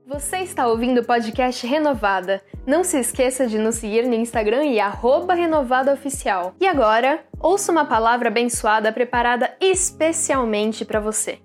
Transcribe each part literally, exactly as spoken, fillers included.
Você está ouvindo o podcast Renovada. Não se esqueça de nos seguir no Instagram e arroba renovadaoficial. E agora, ouça uma palavra abençoada preparada especialmente para você.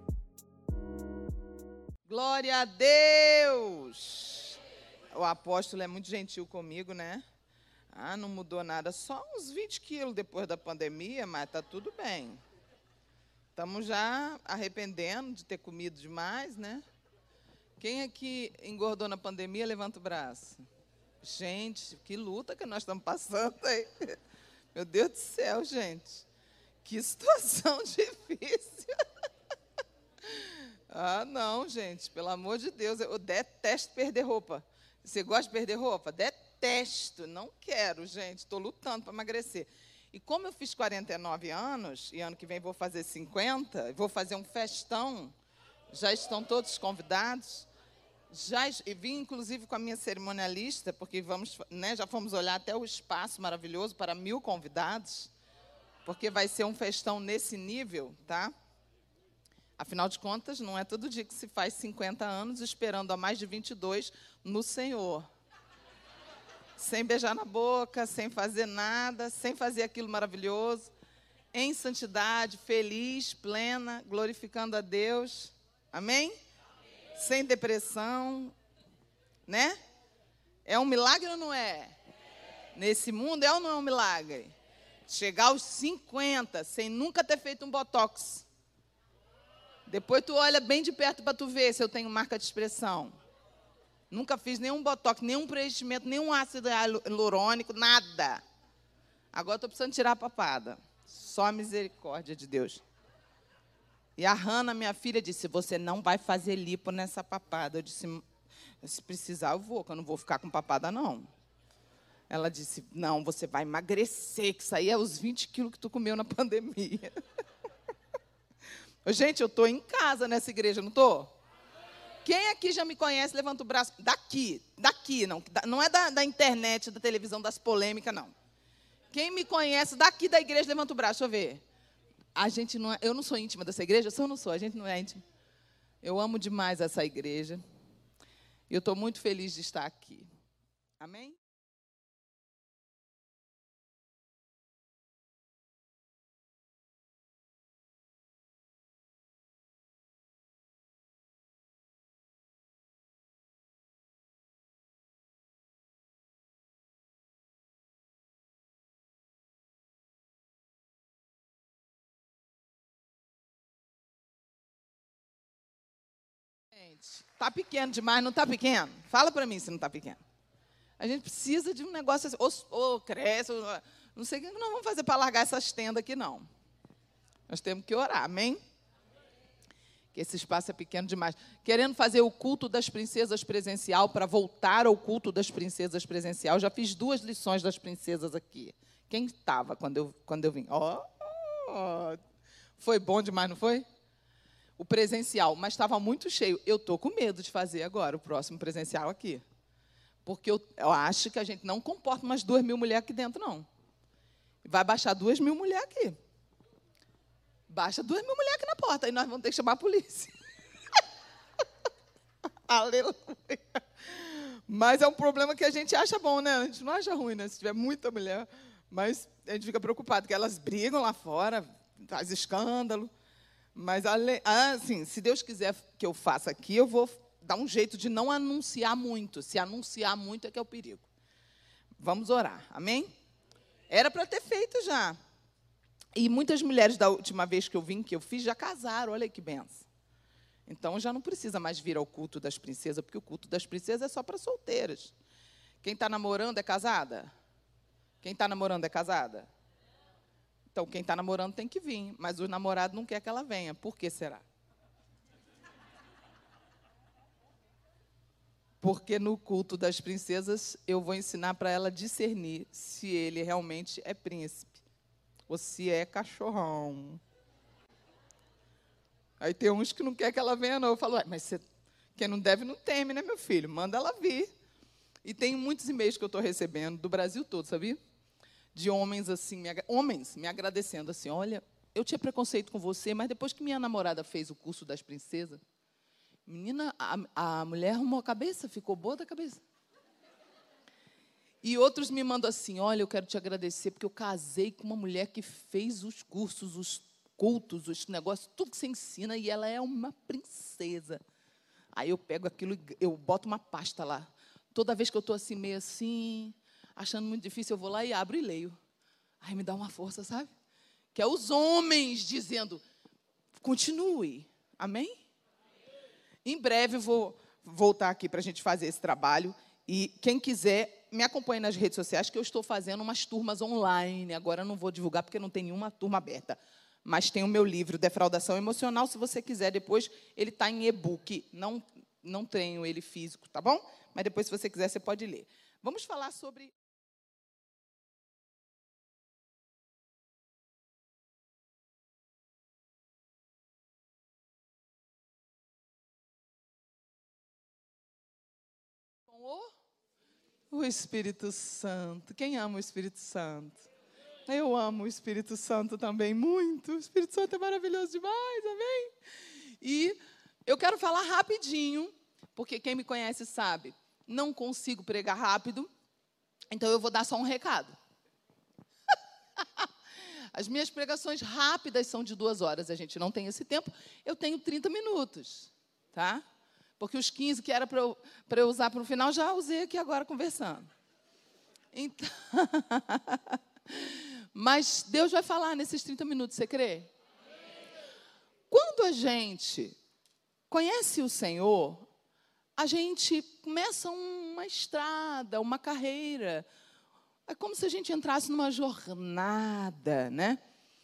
Glória a Deus! O apóstolo é muito gentil comigo, né? Ah, não mudou nada, só uns vinte quilos depois da pandemia, mas tá tudo bem. Estamos já arrependendo de ter comido demais, né? Quem aqui engordou na pandemia, levanta o braço. Gente, que luta que nós estamos passando aí. Meu Deus do céu, gente. Que situação difícil. Ah, não, gente, pelo amor de Deus, eu detesto perder roupa. Você gosta de perder roupa? Detesto, não quero, gente, estou lutando para emagrecer. E como eu fiz quarenta e nove anos, e ano que vem vou fazer cinquenta, vou fazer um festão, já estão todos convidados. Já e vim, inclusive, com a minha cerimonialista, porque vamos, né, já fomos olhar até o espaço maravilhoso para mil convidados, porque vai ser um festão nesse nível, tá? Afinal de contas, não é todo dia que se faz cinquenta anos esperando há mais de vinte e dois no Senhor. Sem beijar na boca, sem fazer nada, sem fazer aquilo maravilhoso, em santidade, feliz, plena, glorificando a Deus. Amém? Sem depressão, né? É um milagre ou não é? Nesse mundo é ou não é um milagre? Chegar aos cinquenta, sem nunca ter feito um botox. Depois tu olha bem de perto para tu ver se eu tenho marca de expressão. Nunca fiz nenhum botox, nenhum preenchimento, nenhum ácido hialurônico, nada. Agora estou precisando tirar a papada. Só a misericórdia de Deus. E a Hannah, minha filha, disse, você não vai fazer lipo nessa papada. Eu disse, se precisar eu vou, que eu não vou ficar com papada, não. Ela disse, não, você vai emagrecer, que isso aí é os vinte quilos que tu comeu na pandemia. Gente, eu estou em casa nessa igreja, não estou? Quem aqui já me conhece, levanta o braço. Daqui, daqui, não, não é da, da internet, da televisão, das polêmicas, não. Quem me conhece daqui da igreja, levanta o braço, deixa eu ver. A gente não é, eu não sou íntima dessa igreja, eu sou ou não sou, a gente não é íntima. Eu amo demais essa igreja. E eu estou muito feliz de estar aqui. Amém? Gente, tá pequeno demais, não tá pequeno? Fala para mim se não tá pequeno. A gente precisa de um negócio assim, ou, ou cresce, ou, não sei o que nós vamos fazer para largar essas tendas aqui, não. Nós temos que orar, amém? Que esse espaço é pequeno demais. Querendo fazer o culto das princesas presencial, para voltar ao culto das princesas presencial, já fiz duas lições das princesas aqui. Quem estava quando eu, quando eu vim? Oh, oh, foi bom demais, não foi? O presencial, mas estava muito cheio. Eu estou com medo de fazer agora o próximo presencial aqui. Porque eu, eu acho que a gente não comporta umas duas mil mulheres aqui dentro, não. Vai baixar duas mil mulheres aqui. Baixa duas mil mulheres aqui na porta, aí nós vamos ter que chamar a polícia. Aleluia. Mas é um problema que a gente acha bom, né? A gente não acha ruim, né? Se tiver muita mulher. Mas a gente fica preocupado, porque elas brigam lá fora, faz escândalo. Mas, assim, se Deus quiser que eu faça aqui, eu vou dar um jeito de não anunciar muito. Se anunciar muito é que é o perigo. Vamos orar, amém? Era para ter feito já. E muitas mulheres da última vez que eu vim, que eu fiz, já casaram, olha que benção. Então, já não precisa mais vir ao culto das princesas, porque o culto das princesas é só para solteiras. Quem está namorando é casada? Quem está namorando é casada? Então, quem está namorando tem que vir, mas o namorado não quer que ela venha. Por que será? Porque no culto das princesas, eu vou ensinar para ela discernir se ele realmente é príncipe ou se é cachorrão. Aí tem uns que não querem que ela venha, não. Eu falo, mas você, quem não deve não teme, né, meu filho? Manda ela vir. E tem muitos e-mails que eu estou recebendo do Brasil todo, sabia? De homens assim, me, homens me agradecendo assim, olha, eu tinha preconceito com você, mas depois que minha namorada fez o curso das princesas, Menina, a, a mulher arrumou a cabeça, ficou boa da cabeça. E outros me mandam assim, olha, eu quero te agradecer, porque eu casei com uma mulher que fez os cursos, os cultos, os negócios, tudo que você ensina, e ela é uma princesa. Aí eu pego aquilo, eu boto uma pasta lá. Toda vez que eu estou assim, meio assim, achando muito difícil, eu vou lá e abro e leio. Aí me dá uma força, sabe? Que é os homens dizendo, continue. Amém? Em breve eu vou voltar aqui para a gente fazer esse trabalho. E quem quiser, me acompanhe nas redes sociais, que eu estou fazendo umas turmas online. Agora eu não vou divulgar, porque não tem nenhuma turma aberta. Mas tem o meu livro, Defraudação Emocional. Se você quiser, depois, ele está em e-book. Não, não tenho ele físico, tá bom? Mas depois, se você quiser, você pode ler. Vamos falar sobre... O Espírito Santo. Quem ama o Espírito Santo? Eu amo o Espírito Santo também muito. O Espírito Santo é maravilhoso demais, amém? E eu quero falar rapidinho, porque quem me conhece sabe, não consigo pregar rápido, então eu vou dar só um recado. As minhas pregações rápidas são de duas horas, a gente não tem esse tempo, eu tenho trinta minutos, tá? Porque os quinze que era para eu, para eu usar para o final, já usei aqui agora conversando. Então, mas Deus vai falar nesses trinta minutos, você crê? Quando a gente conhece o Senhor, a gente começa uma estrada, uma carreira. É como se a gente entrasse numa jornada, né?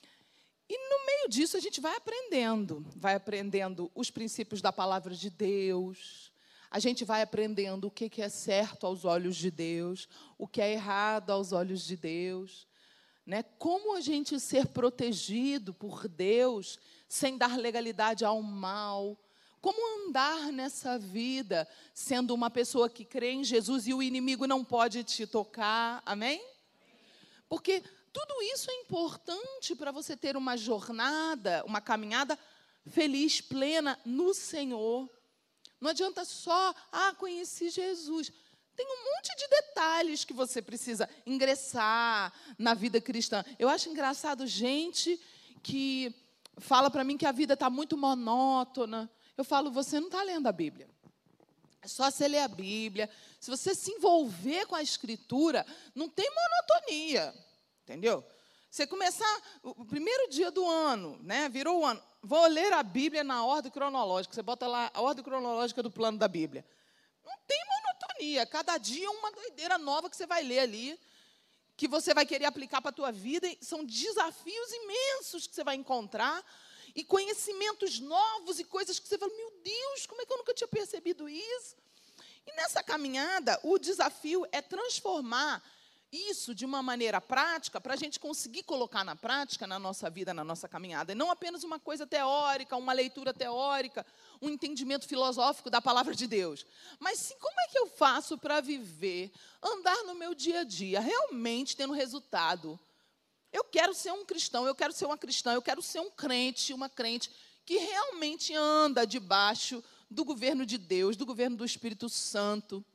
E no meio disso a gente vai aprendendo, vai aprendendo os princípios da palavra de Deus, a gente vai aprendendo o que é certo aos olhos de Deus, o que é errado aos olhos de Deus, né? Como a gente ser protegido por Deus sem dar legalidade ao mal, como andar nessa vida sendo uma pessoa que crê em Jesus e o inimigo não pode te tocar, amém? Porque tudo isso é importante para você ter uma jornada, uma caminhada feliz, plena no Senhor. Não adianta só, ah, conheci Jesus. Tem um monte de detalhes que você precisa ingressar na vida cristã. Eu acho engraçado gente que fala para mim que a vida está muito monótona. Eu falo, você não está lendo a Bíblia. É só você ler a Bíblia. Se você se envolver com a Escritura, não tem monotonia. Entendeu? Você começar o primeiro dia do ano, né? Virou o ano. Vou ler a Bíblia na ordem cronológica. Você bota lá a ordem cronológica do plano da Bíblia. Não tem monotonia. Cada dia é uma doideira nova que você vai ler ali, que você vai querer aplicar para a tua vida. São desafios imensos que você vai encontrar e conhecimentos novos e coisas que você fala, meu Deus, como é que eu nunca tinha percebido isso? E nessa caminhada, o desafio é transformar isso de uma maneira prática, para a gente conseguir colocar na prática, na nossa vida, na nossa caminhada. E não apenas uma coisa teórica, uma leitura teórica, um entendimento filosófico da palavra de Deus. Mas sim, como é que eu faço para viver, andar no meu dia a dia, realmente tendo resultado? Eu quero ser um cristão, eu quero ser uma cristã, eu quero ser um crente, uma crente que realmente anda debaixo do governo de Deus, do governo do Espírito Santo.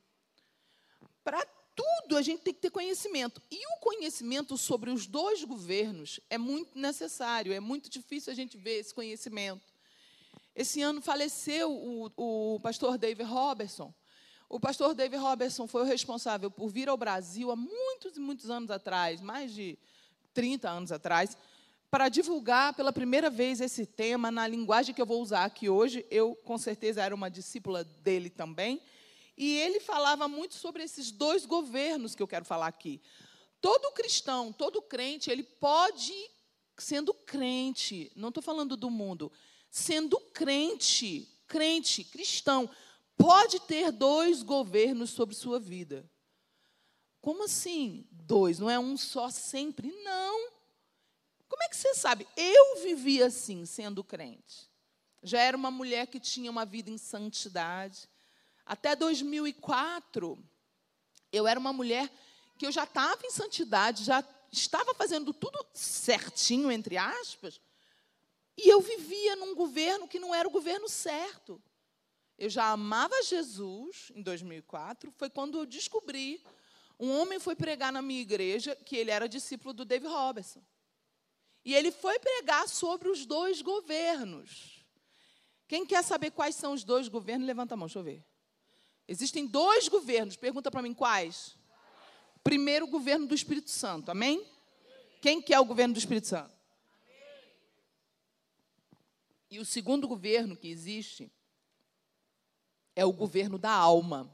Para tudo a gente tem que ter conhecimento. E o conhecimento sobre os dois governos é muito necessário, é muito difícil a gente ver esse conhecimento. Esse ano faleceu o, o pastor David Robertson. O pastor David Robertson foi o responsável por vir ao Brasil há muitos e muitos anos atrás, mais de trinta anos atrás, para divulgar pela primeira vez esse tema na linguagem que eu vou usar aqui hoje. Eu, com certeza, era uma discípula dele também. E ele falava muito sobre esses dois governos que eu quero falar aqui. Todo cristão, todo crente, ele pode, sendo crente, não estou falando do mundo, sendo crente, crente, cristão, pode ter dois governos sobre sua vida. Como assim? Dois? Não é um só sempre? Não. Como é que você sabe? Eu vivia assim, sendo crente. Já era uma mulher que tinha uma vida em santidade. Até dois mil e quatro, eu era uma mulher que eu já estava em santidade, já estava fazendo tudo certinho, entre aspas, e eu vivia num governo que não era o governo certo. eu já amava Jesus em dois mil e quatro, foi quando eu descobri, um homem foi pregar na minha igreja, que ele era discípulo do David Robertson. E ele foi pregar sobre os dois governos. Quem quer saber quais são os dois governos, levanta a mão, deixa eu ver. Existem dois governos, pergunta para mim quais? Primeiro, o governo do Espírito Santo, amém? Quem quer o governo do Espírito Santo? E o segundo governo que existe é o governo da alma.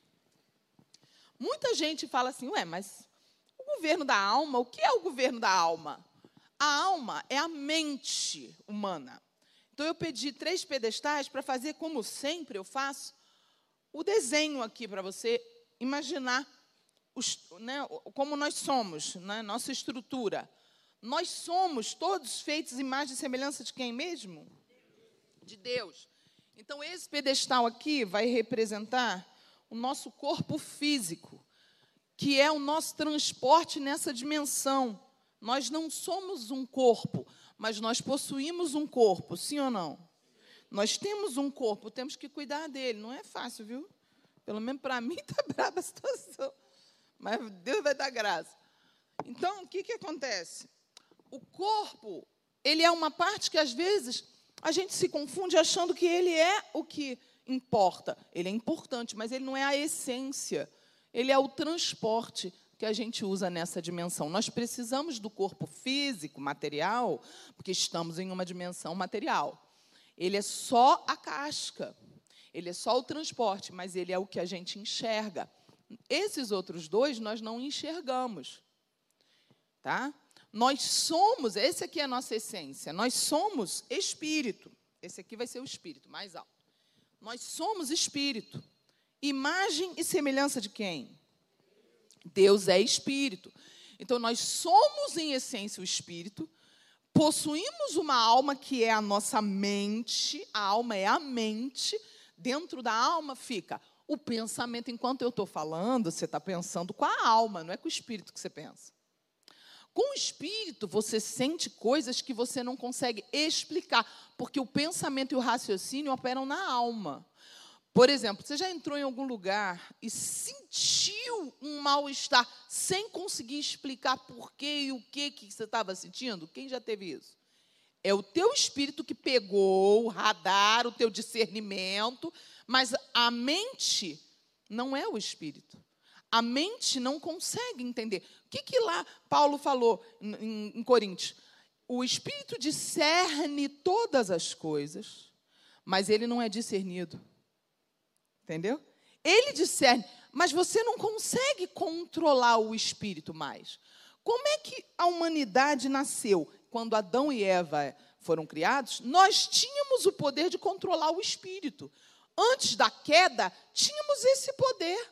Muita gente fala assim, ué, mas o governo da alma, o que é o governo da alma? A alma é a mente humana. Então, eu pedi três pedestais para fazer, como sempre eu faço, o desenho aqui para você imaginar os, né, como nós somos, né, nossa estrutura. Nós somos todos feitos imagem e semelhança de quem mesmo? De Deus. Então, esse pedestal aqui vai representar o nosso corpo físico, que é o nosso transporte nessa dimensão. Nós não somos um corpo, mas nós possuímos um corpo, sim ou não? Nós temos um corpo, temos que cuidar dele. Não é fácil, viu? Pelo menos para mim está brava a situação. Mas Deus vai dar graça. Então, o que, que acontece? O corpo, ele é uma parte que, às vezes, a gente se confunde achando que ele é o que importa. Ele é importante, mas ele não é a essência. Ele é o transporte que a gente usa nessa dimensão. Nós precisamos do corpo físico, material, porque estamos em uma dimensão material. Ele é só a casca, ele é só o transporte, mas ele é o que a gente enxerga. Esses outros dois nós não enxergamos. Tá? Nós somos, esse aqui é a nossa essência, nós somos espírito. Esse aqui vai ser o espírito, mais alto. Nós somos espírito. Imagem e semelhança de quem? Deus é espírito. Então, nós somos, em essência, o espírito, possuímos uma alma que é a nossa mente, a alma é a mente, dentro da alma fica o pensamento. Enquanto eu estou falando, você está pensando com a alma, não é com o espírito que você pensa. Com o espírito, você sente coisas que você não consegue explicar, porque o pensamento e o raciocínio operam na alma. Por exemplo, você já entrou em algum lugar e sentiu um mal-estar sem conseguir explicar por quê e o que, que você estava sentindo? Quem já teve isso? É o teu espírito que pegou o radar, o teu discernimento, mas a mente não é o espírito. A mente não consegue entender. O que, que lá Paulo falou em, em Coríntios? O espírito discerne todas as coisas, mas ele não é discernido. Entendeu? Ele discerne, mas você não consegue controlar o espírito mais. Como é que a humanidade nasceu? Quando Adão e Eva foram criados, nós tínhamos o poder de controlar o espírito. Antes da queda, tínhamos esse poder.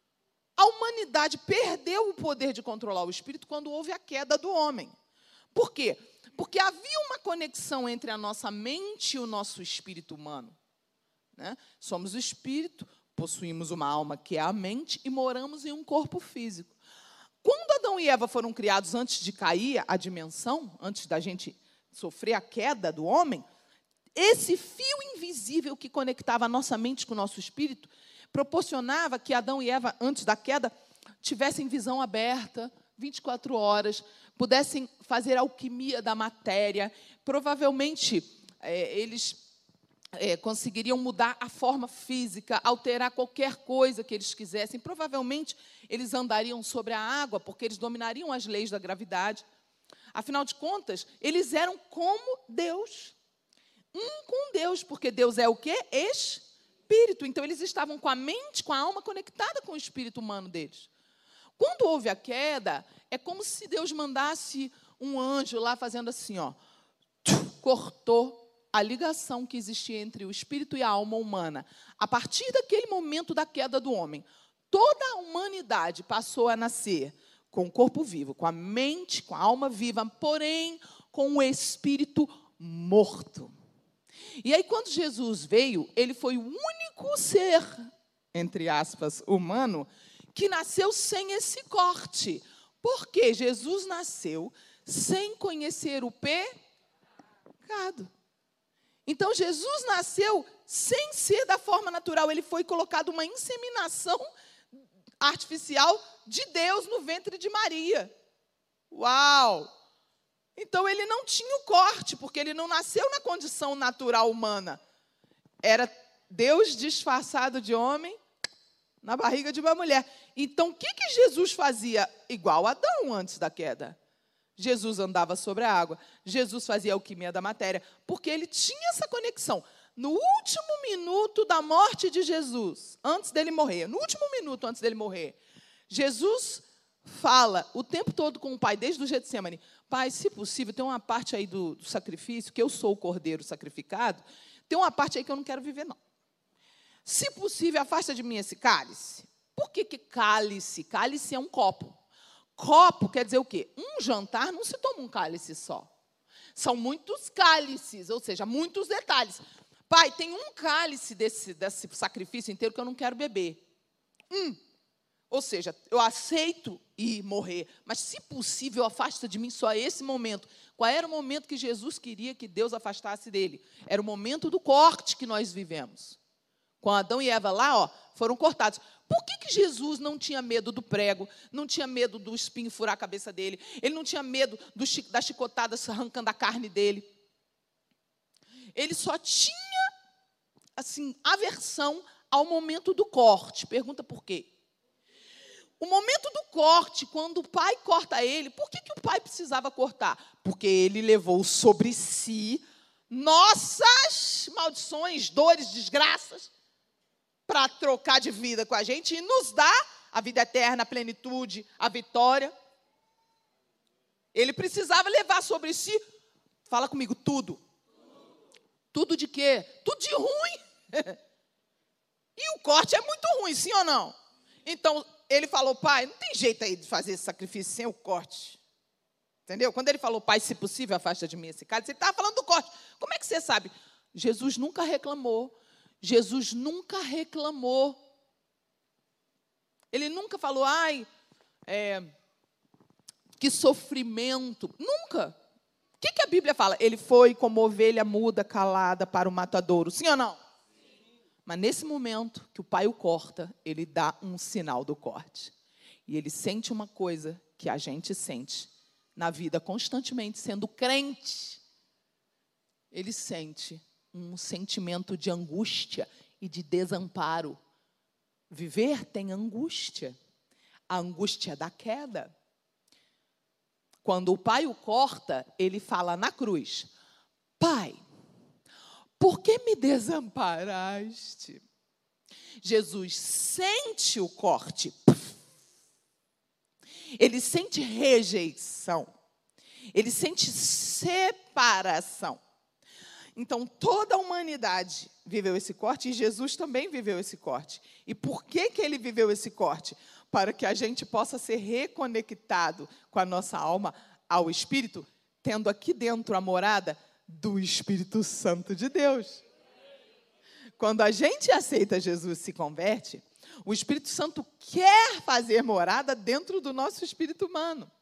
A humanidade perdeu o poder de controlar o espírito quando houve a queda do homem. Por quê? Porque havia uma conexão entre a nossa mente e o nosso espírito humano. Né? Somos o espírito, possuímos uma alma que é a mente e moramos em um corpo físico. Quando Adão e Eva foram criados antes de cair a dimensão, antes da gente sofrer a queda do homem, esse fio invisível que conectava a nossa mente com o nosso espírito proporcionava que Adão e Eva, antes da queda, tivessem visão aberta, vinte e quatro horas, pudessem fazer alquimia da matéria. Provavelmente, é, eles é, conseguiriam mudar a forma física, alterar qualquer coisa que eles quisessem. Provavelmente, eles andariam sobre a água, porque eles dominariam as leis da gravidade. Afinal de contas, eles eram como Deus. Um com Deus, porque Deus é o quê? Espírito. Então, eles estavam com a mente, com a alma conectada com o espírito humano deles. Quando houve a queda, é como se Deus mandasse um anjo lá fazendo assim, ó, cortou a ligação que existia entre o espírito e a alma humana. A partir daquele momento da queda do homem, toda a humanidade passou a nascer com o corpo vivo, com a mente, com a alma viva, porém com o espírito morto. E aí, quando Jesus veio, ele foi o único ser, entre aspas, humano, que nasceu sem esse corte. Porque Jesus nasceu sem conhecer o pecado. Então, Jesus nasceu sem ser da forma natural. Ele foi colocado uma inseminação artificial de Deus no ventre de Maria. Uau! Então, ele não tinha o corte, porque ele não nasceu na condição natural humana. Era Deus disfarçado de homem na barriga de uma mulher. Então, o que, que Jesus fazia? Igual Adão antes da queda. Jesus andava sobre a água. Jesus fazia a alquimia da matéria, porque ele tinha essa conexão. No último minuto da morte de Jesus, antes dele morrer, no último minuto antes dele morrer, Jesus fala o tempo todo com o Pai, desde o Getsêmani: Pai, se possível, tem uma parte aí do, do sacrifício, que eu sou o cordeiro sacrificado, tem uma parte aí que eu não quero viver, não. Se possível, afasta de mim esse cálice. Por que que cálice? Cálice é um copo. Copo quer dizer o quê? Um jantar não se toma um cálice só. São muitos cálices, ou seja, muitos detalhes. Pai, tem um cálice desse, desse sacrifício inteiro que eu não quero beber. Um. Ou seja, eu aceito ir morrer, mas, se possível, afasta de mim só esse momento. Qual era o momento que Jesus queria que Deus afastasse dele? Era o momento do corte que nós vivemos. Com Adão e Eva lá, ó, foram cortados. Por que que Jesus não tinha medo do prego, não tinha medo do espinho furar a cabeça dele, ele não tinha medo do, da chicotada arrancando a carne dele? Ele só tinha, assim, aversão ao momento do corte. Pergunta por quê? O momento do corte, quando o pai corta ele, por que que o pai precisava cortar? Porque ele levou sobre si nossas maldições, dores, desgraças, para trocar de vida com a gente e nos dar a vida eterna, a plenitude, a vitória. Ele precisava levar sobre si, fala comigo, tudo. Tudo de quê? Tudo de ruim. E o corte é muito ruim, sim ou não? Então, ele falou: Pai, não tem jeito aí de fazer esse sacrifício sem o corte. Entendeu? Quando ele falou: Pai, se possível, afasta de mim esse cálice, ele estava falando do corte. Como é que você sabe? Jesus nunca reclamou. Jesus nunca reclamou. Ele nunca falou: ai, é, que sofrimento. Nunca. O que, que a Bíblia fala? Ele foi como ovelha muda, calada para o matadouro. Sim ou não? Sim. Mas nesse momento que o pai o corta, ele dá um sinal do corte. E ele sente uma coisa que a gente sente na vida constantemente, sendo crente. Ele sente um sentimento de angústia e de desamparo. Viver tem angústia. A angústia da queda. Quando o pai o corta, ele fala na cruz: Pai, por que me desamparaste? Jesus sente o corte. Ele sente rejeição. Ele sente separação. Então, toda a humanidade viveu esse corte e Jesus também viveu esse corte. E por que que ele viveu esse corte? Para que a gente possa ser reconectado com a nossa alma ao Espírito, tendo aqui dentro a morada do Espírito Santo de Deus. Quando a gente aceita Jesus e se converte, o Espírito Santo quer fazer morada dentro do nosso espírito humano.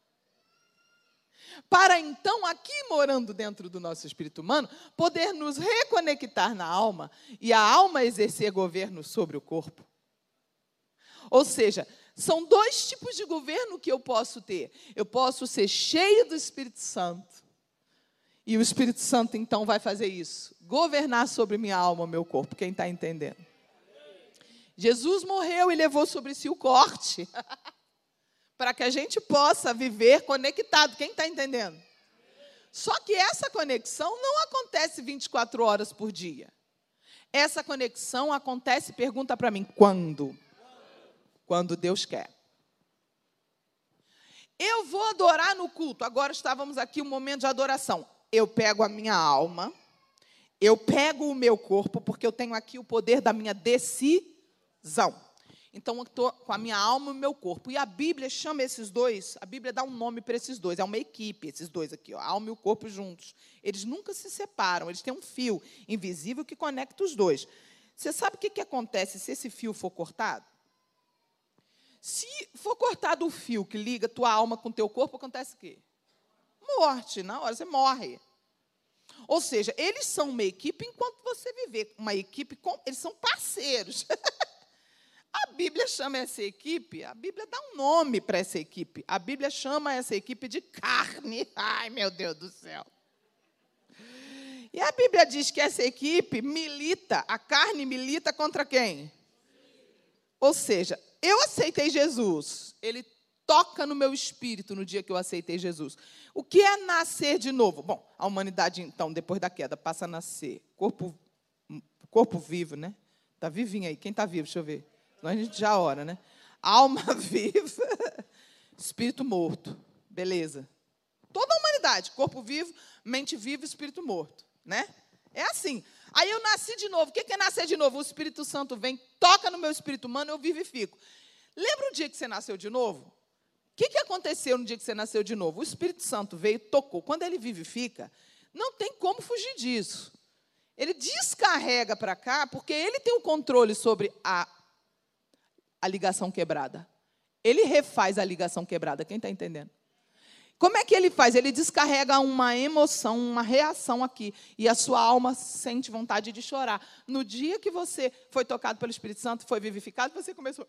Para então, aqui morando dentro do nosso espírito humano, poder nos reconectar na alma e a alma exercer governo sobre o corpo. Ou seja, são dois tipos de governo que eu posso ter. Eu posso ser cheio do Espírito Santo. E o Espírito Santo, então, vai fazer isso. Governar sobre minha alma, meu corpo. Quem está entendendo? Jesus morreu e levou sobre si o corte. Para que a gente possa viver conectado. Quem está entendendo? Só que essa conexão não acontece vinte e quatro horas por dia. Essa conexão acontece, pergunta para mim, quando? Quando Deus quer. Eu vou adorar no culto. Agora estávamos aqui um momento de adoração. Eu pego a minha alma, eu pego o meu corpo, porque eu tenho aqui o poder da minha decisão. Então, eu estou com a minha alma e o meu corpo. E a Bíblia chama esses dois, a Bíblia dá um nome para esses dois. É uma equipe, esses dois aqui, ó, a alma e o corpo juntos. Eles nunca se separam, eles têm um fio invisível que conecta os dois. Você sabe o que, que acontece se esse fio for cortado? Se for cortado o fio que liga tua alma com o teu corpo, acontece o quê? Morte, na hora, você morre. Ou seja, eles são uma equipe enquanto você viver. Uma equipe, com, eles são parceiros. A Bíblia chama essa equipe, a Bíblia dá um nome para essa equipe. A Bíblia chama essa equipe de carne. Ai, meu Deus do céu. E a Bíblia diz que essa equipe milita, a carne milita contra quem? Ou seja, eu aceitei Jesus, ele toca no meu espírito no dia que eu aceitei Jesus. O que é nascer de novo? Bom, a humanidade, então, depois da queda, passa a nascer. Corpo, corpo vivo, né? Está vivinho aí. Quem está vivo? Deixa eu ver. Senão a gente já ora, né? Alma viva, espírito morto. Beleza. Toda a humanidade, corpo vivo, mente viva, espírito morto. Né? É assim. Aí eu nasci de novo. O que é nascer de novo? O Espírito Santo vem, toca no meu espírito humano, eu vivifico. Lembra o dia que você nasceu de novo? O que, que aconteceu no dia que você nasceu de novo? O Espírito Santo veio, tocou. Quando ele vivifica, não tem como fugir disso. Ele descarrega para cá, porque ele tem o controle sobre a, a ligação quebrada. Ele refaz a ligação quebrada. Quem está entendendo? Como é que ele faz? Ele descarrega uma emoção, uma reação aqui. E a sua alma sente vontade de chorar. No dia que você foi tocado pelo Espírito Santo, foi vivificado, você começou...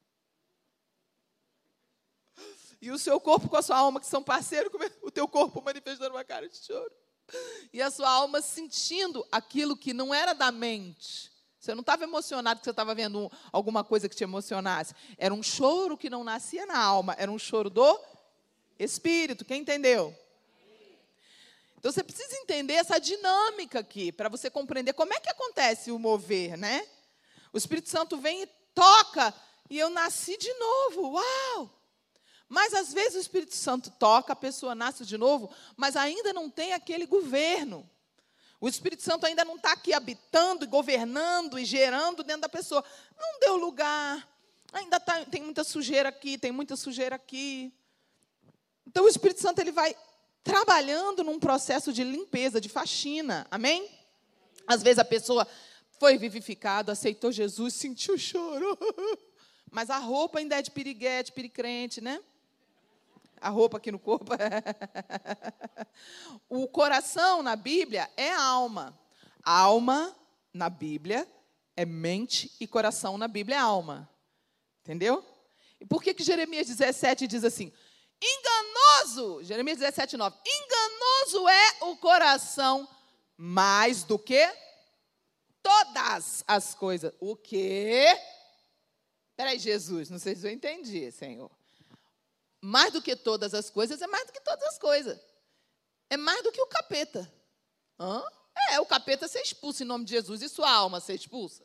E o seu corpo com a sua alma, que são parceiros, o teu corpo manifestando uma cara de choro. E a sua alma sentindo aquilo que não era da mente. Você não estava emocionado porque você estava vendo um, alguma coisa que te emocionasse. Era um choro que não nascia na alma. Era um choro do Espírito. Quem entendeu? Então, você precisa entender essa dinâmica aqui, para você compreender como é que acontece o mover, né? O Espírito Santo vem e toca, e eu nasci de novo. Uau! Mas, às vezes, o Espírito Santo toca, a pessoa nasce de novo, mas ainda não tem aquele governo. O Espírito Santo ainda não está aqui habitando, e governando e gerando dentro da pessoa. Não deu lugar. Ainda tá, tem muita sujeira aqui, tem muita sujeira aqui. Então, o Espírito Santo ele vai trabalhando num processo de limpeza, de faxina. Amém? Às vezes, a pessoa foi vivificada, aceitou Jesus, sentiu choro. Mas a roupa ainda é de piriguete, piricrente, né? A roupa aqui no corpo. O coração, na Bíblia, é alma. Alma, na Bíblia, é mente e coração, na Bíblia, é alma. Entendeu? E por que que Jeremias dezessete diz assim? Enganoso, Jeremias dezessete, nove. Enganoso é o coração mais do que todas as coisas. O quê? Peraí, Jesus, não sei se eu entendi, Senhor. Mais do que todas as coisas é mais do que todas as coisas. É mais do que o capeta. Hã? É, o capeta ser expulso em nome de Jesus e sua alma ser expulsa.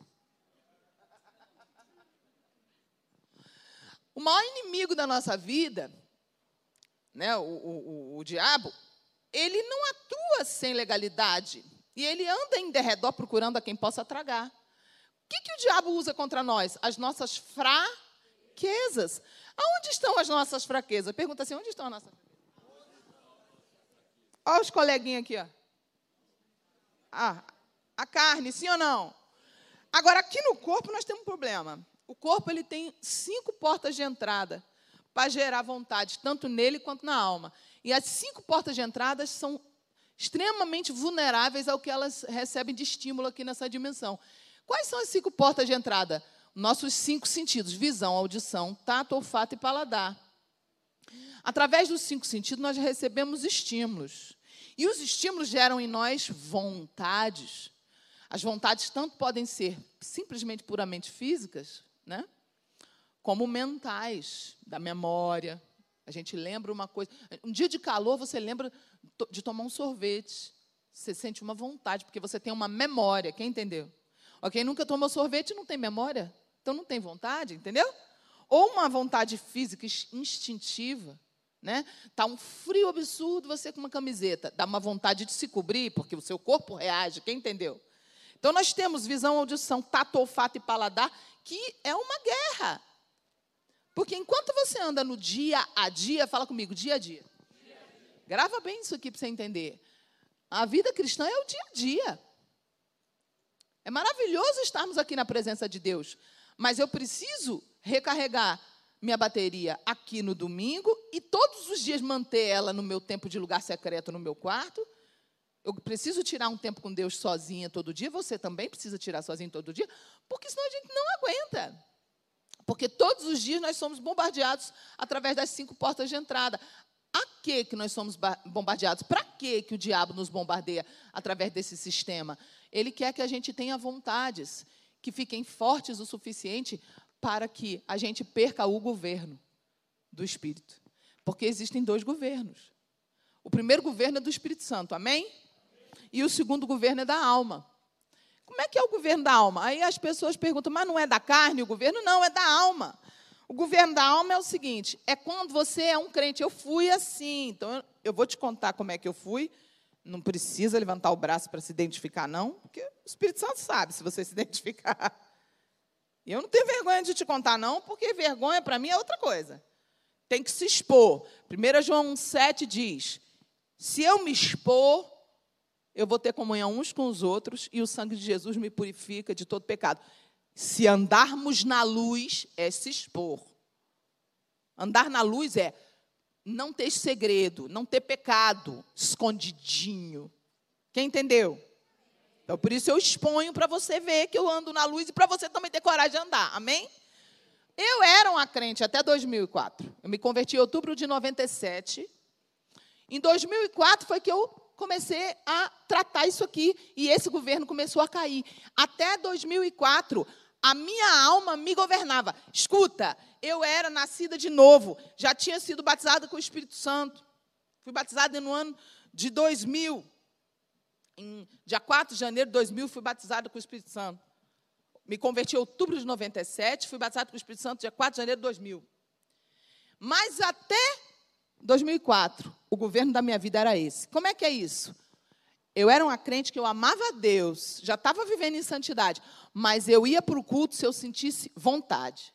O maior inimigo da nossa vida, né, o, o, o, o diabo, ele não atua sem legalidade. E ele anda em derredor procurando a quem possa tragar. O que, que o diabo usa contra nós? As nossas fraquezas. Aonde estão as nossas fraquezas? Pergunta assim, onde estão as nossas fraquezas? Olha os coleguinhas aqui, ó. Ah, a carne, sim ou não? Agora, aqui no corpo nós temos um problema. O corpo ele tem cinco portas de entrada para gerar vontade, tanto nele quanto na alma. E as cinco portas de entrada são extremamente vulneráveis ao que elas recebem de estímulo aqui nessa dimensão. Quais são as cinco portas de entrada? Nossos cinco sentidos, visão, audição, tato, olfato e paladar. Através dos cinco sentidos, nós recebemos estímulos. E os estímulos geram em nós vontades. As vontades tanto podem ser simplesmente puramente físicas, né? Como mentais, da memória. A gente lembra uma coisa. Um dia de calor, você lembra de tomar um sorvete. Você sente uma vontade, porque você tem uma memória. Quem entendeu? Quem nunca tomou sorvete não tem memória. Então, não tem vontade, entendeu? Ou uma vontade física instintiva, né? Está um frio absurdo, você com uma camiseta. Dá uma vontade de se cobrir, porque o seu corpo reage. Quem entendeu? Então, nós temos visão, audição, tato, olfato e paladar, que é uma guerra. Porque enquanto você anda no dia a dia, fala comigo, dia a dia. dia, a dia. Grava bem isso aqui para você entender. A vida cristã é o dia a dia. É maravilhoso estarmos aqui na presença de Deus. Mas eu preciso recarregar minha bateria aqui no domingo e todos os dias manter ela no meu tempo de lugar secreto no meu quarto Eu preciso tirar um tempo com Deus sozinha todo dia, você também precisa tirar sozinho todo dia, porque senão a gente não aguenta. Porque todos os dias nós somos bombardeados através das cinco portas de entrada. A que que nós somos bombardeados? Para que que o diabo nos bombardeia através desse sistema? Ele quer que a gente tenha vontades que fiquem fortes o suficiente para que a gente perca o governo do Espírito. Porque existem dois governos. O primeiro governo é do Espírito Santo, amém? E o segundo governo é da alma. Como é que é o governo da alma? Aí as pessoas perguntam, mas não é da carne o governo? Não, é da alma. O governo da alma é o seguinte, é quando você é um crente. Eu fui assim, então eu vou te contar como é que eu fui. Não precisa levantar o braço para se identificar, não, porque o Espírito Santo sabe se você se identificar. E eu não tenho vergonha de te contar, não, porque vergonha para mim é outra coisa. Tem que se expor. primeiro João um, sete diz, se eu me expor, eu vou ter comunhão uns com os outros e o sangue de Jesus me purifica de todo pecado. Se andarmos na luz, é se expor. Andar na luz é não ter segredo, não ter pecado escondidinho. Quem entendeu? Então, por isso eu exponho para você ver que eu ando na luz e para você também ter coragem de andar. Amém? Eu era uma crente até dois mil e quatro. Eu me converti em outubro de noventa e sete. Em dois mil e quatro foi que eu comecei a tratar isso aqui, e esse governo começou a cair. Até dois mil e quatro, a minha alma me governava. Escuta, eu era nascida de novo, já tinha sido batizada com o Espírito Santo. Fui batizada no ano de dois mil. Em dia quatro de janeiro de dois mil, fui batizada com o Espírito Santo. Me converti em outubro de noventa e sete, fui batizada com o Espírito Santo dia quatro de janeiro de dois mil. Mas até dois mil e quatro, o governo da minha vida era esse. Como é que é isso? Eu era uma crente que eu amava a Deus, já estava vivendo em santidade, mas eu ia para o culto se eu sentisse vontade.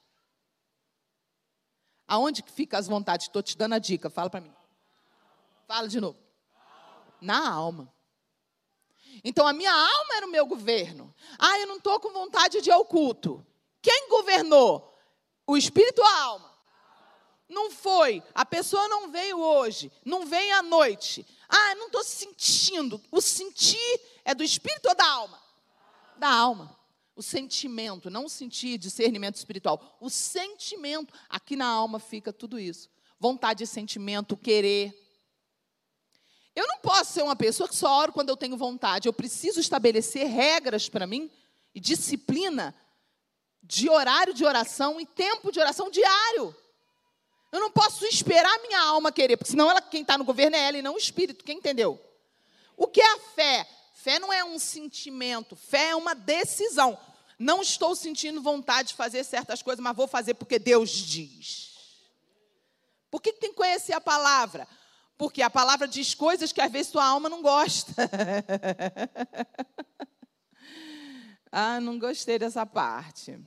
Aonde que fica as vontades? Estou te dando a dica, fala para mim. Fala de novo. Na alma. Então, a minha alma era o meu governo. Ah, eu não estou com vontade de ir ao culto. Quem governou? O espírito ou a alma? Não foi. A pessoa não veio hoje. Não vem à noite. Ah, eu não estou sentindo. O sentir é do espírito ou da alma? Da alma. O sentimento, não o sentir, discernimento espiritual. O sentimento. Aqui na alma fica tudo isso. Vontade e sentimento, querer. Eu não posso ser uma pessoa que só oro quando eu tenho vontade. Eu preciso estabelecer regras para mim e disciplina de horário de oração e tempo de oração diário. Eu não posso esperar a minha alma querer, porque senão ela, quem está no governo é ela e não o espírito. Quem entendeu? O que é a fé? Fé não é um sentimento, fé é uma decisão. Não estou sentindo vontade de fazer certas coisas, mas vou fazer porque Deus diz. Por que tem que conhecer a palavra? Porque a palavra diz coisas que às vezes tua alma não gosta. Ah, não gostei dessa parte.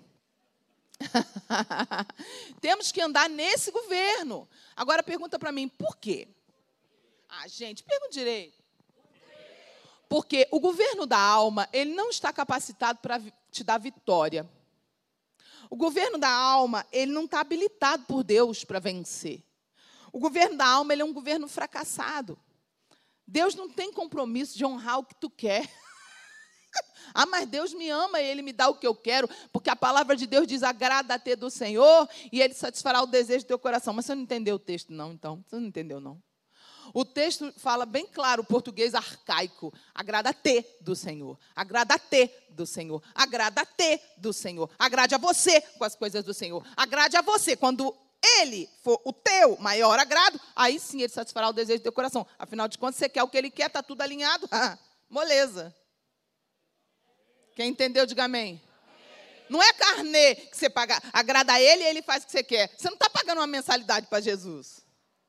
Temos que andar nesse governo. Agora pergunta para mim, por quê? Ah, gente, pergunta direito. Porque o governo da alma, ele não está capacitado para te dar vitória. O governo da alma, ele não está habilitado por Deus para vencer. O governo da alma, ele é um governo fracassado. Deus não tem compromisso de honrar o que tu quer. Ah, mas Deus me ama e Ele me dá o que eu quero, porque a palavra de Deus diz, agrada-te do Senhor, e Ele satisfará o desejo do teu coração. Mas você não entendeu o texto, não, então? Você não entendeu, não? O texto fala bem claro, o português arcaico, agrada-te do Senhor, agrada-te do Senhor, agrada-te do Senhor, agrade a você com as coisas do Senhor, agrade a você quando Ele for o teu maior agrado, aí sim Ele satisfará o desejo do teu coração. Afinal de contas, você quer o que Ele quer, está tudo alinhado? Ah, moleza. Quem entendeu, diga amém. Amém. Não é carnê que você paga, agrada a Ele e Ele faz o que você quer. Você não está pagando uma mensalidade para Jesus.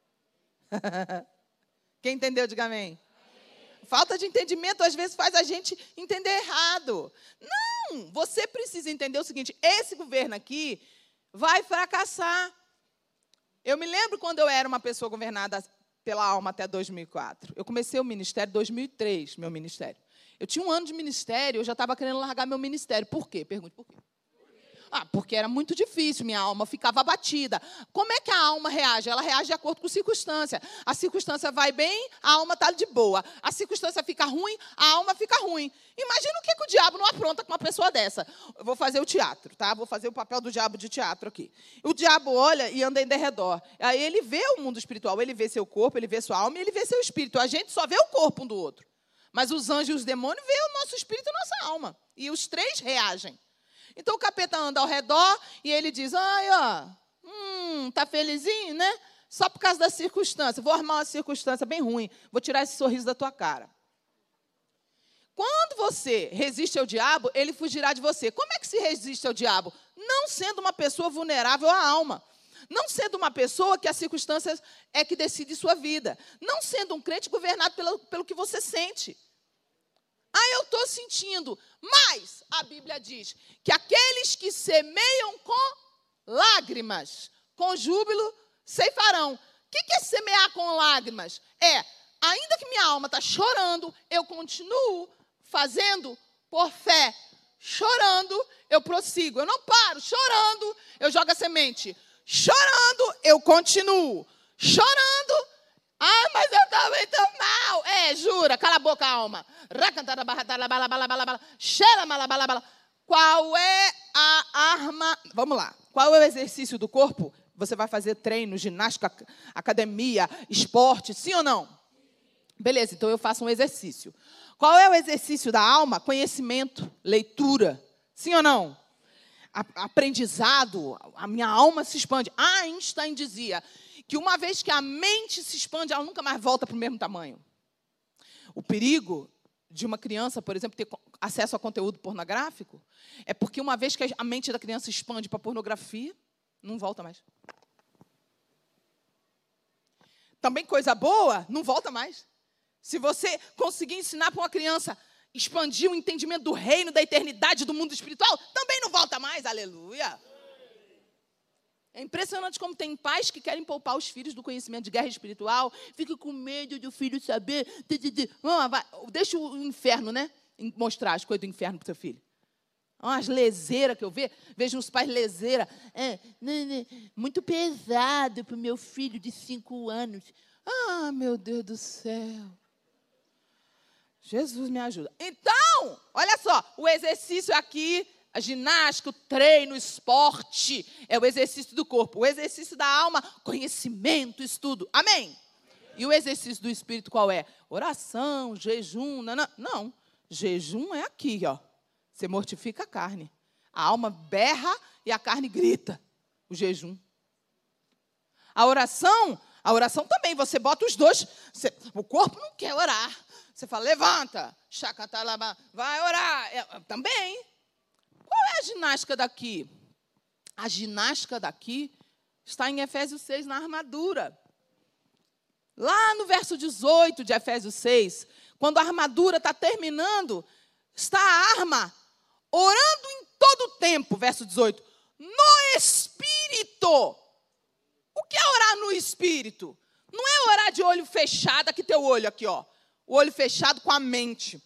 Quem entendeu, diga amém. Amém. Falta de entendimento, às vezes, faz a gente entender errado. Não, você precisa entender o seguinte, esse governo aqui vai fracassar. Eu me lembro quando eu era uma pessoa governada pela alma até dois mil e quatro. Eu comecei o ministério em dois mil e três, meu ministério. Eu tinha um ano de ministério, eu já estava querendo largar meu ministério. Por quê? Pergunte por quê. Ah, Ah, porque era muito difícil, minha alma ficava abatida. Como é que a alma reage? Ela reage de acordo com a circunstância. A circunstância vai bem, a alma está de boa. A circunstância fica ruim, a alma fica ruim. Imagina o que, que o diabo não apronta com uma pessoa dessa. Eu vou fazer o teatro, tá? Vou fazer o papel do diabo de teatro aqui. O diabo olha e anda em derredor. Aí ele vê o mundo espiritual, ele vê seu corpo, ele vê sua alma e ele vê seu espírito. A gente só vê o corpo um do outro. Mas os anjos e os demônios veem o nosso espírito e a nossa alma. E os três reagem. Então o capeta anda ao redor e ele diz, ai, ó, hum, tá felizinho, né? Só por causa da circunstância. Vou armar uma circunstância bem ruim. Vou tirar esse sorriso da tua cara. Quando você resiste ao diabo, ele fugirá de você. Como é que se resiste ao diabo? Não sendo uma pessoa vulnerável à alma. Não sendo uma pessoa que as circunstâncias é que decide sua vida. Não sendo um crente governado pelo, pelo que você sente. Ah, eu estou sentindo. Mas a Bíblia diz que aqueles que semeiam com lágrimas, com júbilo, ceifarão. O que é semear com lágrimas? É, ainda que minha alma está chorando, eu continuo fazendo por fé. Chorando, eu prossigo. Eu não paro. Chorando, eu jogo a semente. Chorando, eu continuo. Chorando, ah, mas eu estou muito mal. É, jura, cala a boca, alma. Qual é a arma? Vamos lá. Qual é o exercício do corpo? Você vai fazer treino, ginástica, academia, esporte, sim ou não? Beleza, então eu faço um exercício. Qual é o exercício da alma? Conhecimento, leitura, sim ou não? Aprendizado, a minha alma se expande. Einstein dizia que uma vez que a mente se expande, ela nunca mais volta para o mesmo tamanho. O perigo de uma criança, por exemplo, ter acesso a conteúdo pornográfico é porque uma vez que a mente da criança expande para a pornografia, não volta mais. Também coisa boa, não volta mais. Se você conseguir ensinar para uma criança expandir o entendimento do reino, da eternidade, do mundo espiritual, também não volta mais, aleluia. É impressionante como tem pais que querem poupar os filhos do conhecimento de guerra espiritual, fica com medo do filho saber. Deixa o inferno, né? Mostrar as coisas do inferno para o seu filho. Umas leseiras que eu vejo, vejo uns pais leseiras. É, né, né, muito pesado para o meu filho de cinco anos. Ah, meu Deus do céu. Jesus me ajuda. Então, olha só, o exercício aqui, a ginástica, o treino, o esporte, é o exercício do corpo. O exercício da alma, conhecimento, estudo. Amém? E o exercício do espírito qual é? Oração, jejum, não, não. não. Jejum é aqui, ó. Você mortifica a carne. A alma berra e a carne grita. O jejum. A oração, a oração também, você bota os dois. Você, o corpo não quer orar. Você fala, levanta, vai orar. É, também. Qual é a ginástica daqui? A ginástica daqui está em Efésios seis, na armadura. Lá no verso dezoito de Efésios seis, quando a armadura está terminando, está a arma, orando em todo o tempo, verso dezoito, no Espírito. O que é orar no Espírito? Não é orar de olho fechado, aqui teu olho, aqui, ó. O olho fechado com a mente.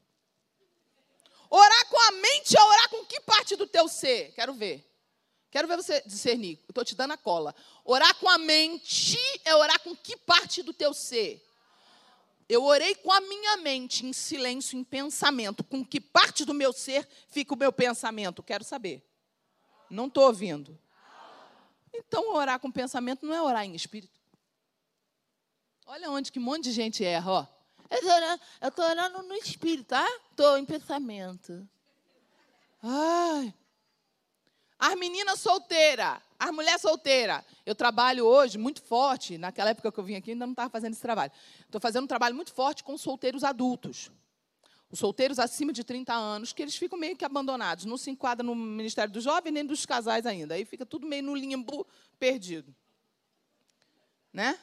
Orar com a mente é orar com que parte do teu ser? Quero ver. Quero ver você discernir. Estou te dando a cola. Orar com a mente é orar com que parte do teu ser? Eu orei com a minha mente, em silêncio, em pensamento. Com que parte do meu ser fica o meu pensamento? Quero saber. Não estou ouvindo. Então, orar com pensamento não é orar em espírito. Olha onde que um monte de gente erra, ó. Eu estou orando no espírito, tá? Estou em pensamento. Ai. As meninas solteiras, as mulheres solteiras. Eu trabalho hoje muito forte, naquela época que eu vim aqui, ainda não estava fazendo esse trabalho. Estou fazendo um trabalho muito forte com solteiros adultos. Os solteiros acima de trinta anos, que eles ficam meio que abandonados. Não se enquadra no Ministério do Jovem, nem dos casais ainda. Aí fica tudo meio no limbo, perdido. Né?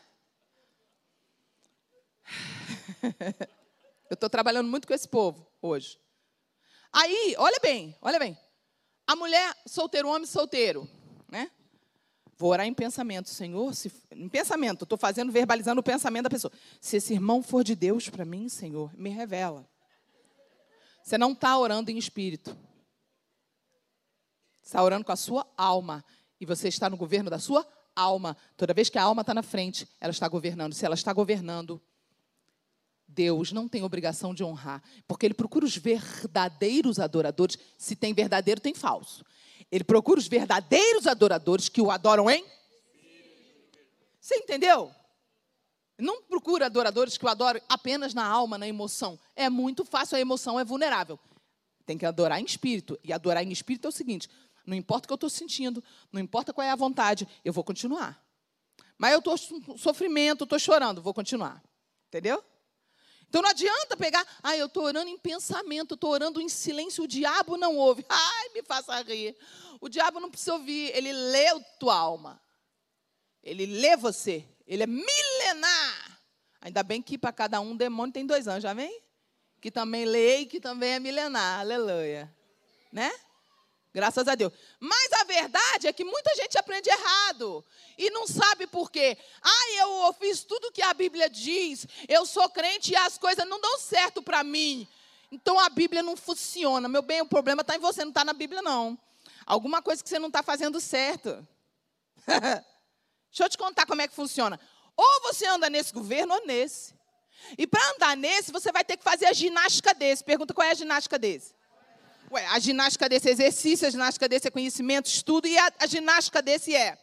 Eu estou trabalhando muito com esse povo hoje. Aí, olha bem, olha bem. A mulher solteira, o homem solteiro, né? Vou orar em pensamento, Senhor, se, em pensamento, estou fazendo, verbalizando o pensamento da pessoa. Se esse irmão for de Deus para mim, Senhor, me revela. Você não está orando em espírito. Você está orando com a sua alma. E você está no governo da sua alma. Toda vez que a alma está na frente, ela está governando. Se ela está governando, Deus não tem obrigação de honrar. Porque Ele procura os verdadeiros adoradores. Se tem verdadeiro, tem falso. Ele procura os verdadeiros adoradores que o adoram em... Você entendeu? Não procura adoradores que o adoram apenas na alma, na emoção. É muito fácil, a emoção é vulnerável. Tem que adorar em espírito. E adorar em espírito é o seguinte: não importa o que eu estou sentindo, não importa qual é a vontade, eu vou continuar. Mas eu estou com sofrimento, estou chorando, vou continuar. Entendeu? Então não adianta pegar, ah, eu estou orando em pensamento, estou orando em silêncio, o diabo não ouve. Ai, me faça rir. O diabo não precisa ouvir, ele lê a tua alma. Ele lê você. Ele é milenar. Ainda bem que para cada um demônio tem dois anjos, já vem? Que também lê e que também é milenar. Aleluia. Né? Graças a Deus. Mas a verdade é que muita gente aprende errado. E não sabe por quê. Ah, eu fiz tudo que a Bíblia diz. Eu sou crente e as coisas não dão certo para mim. Então a Bíblia não funciona. Meu bem, o problema está em você, não está na Bíblia, não. Alguma coisa que você não está fazendo certo. Deixa eu te contar como é que funciona. Ou você anda nesse governo ou nesse. E para andar nesse, você vai ter que fazer a ginástica desse. Pergunta qual é a ginástica desse. Ué, a ginástica desse é exercício, a ginástica desse é conhecimento, estudo, e a, a ginástica desse é...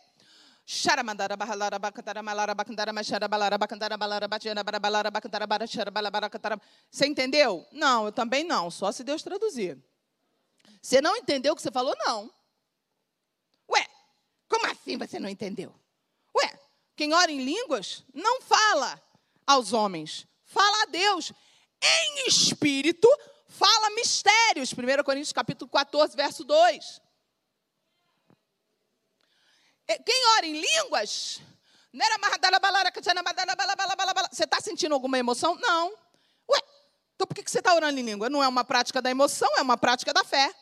Você entendeu? Não, eu também não, só se Deus traduzir. Você não entendeu o que você falou? Não. Ué, como assim você não entendeu? Ué, quem ora em línguas não fala aos homens, fala a Deus. Em espírito, fala mistérios. primeira Coríntios capítulo quatorze, verso dois. Quem ora em línguas... Você está sentindo alguma emoção? Não. Ué, então por que você está orando em língua? Não é uma prática da emoção, é uma prática da fé.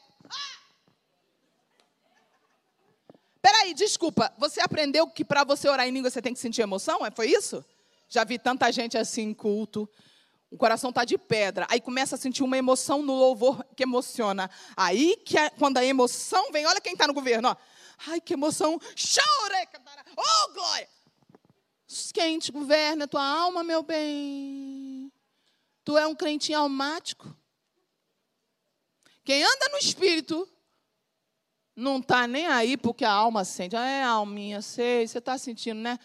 Peraí, desculpa, você aprendeu que para você orar em língua você tem que sentir emoção? Foi isso? Já vi tanta gente assim em culto, o coração está de pedra, aí começa a sentir uma emoção no louvor que emociona. Aí, que a, quando a emoção vem, olha quem está no governo, ó. Ai, que emoção, chore, oh, glória. Quem te governa a tua alma, meu bem? Tu é um crentinho almático. Quem anda no espírito não está nem aí porque a alma sente. Ah, é, alminha, sei, você está sentindo, né?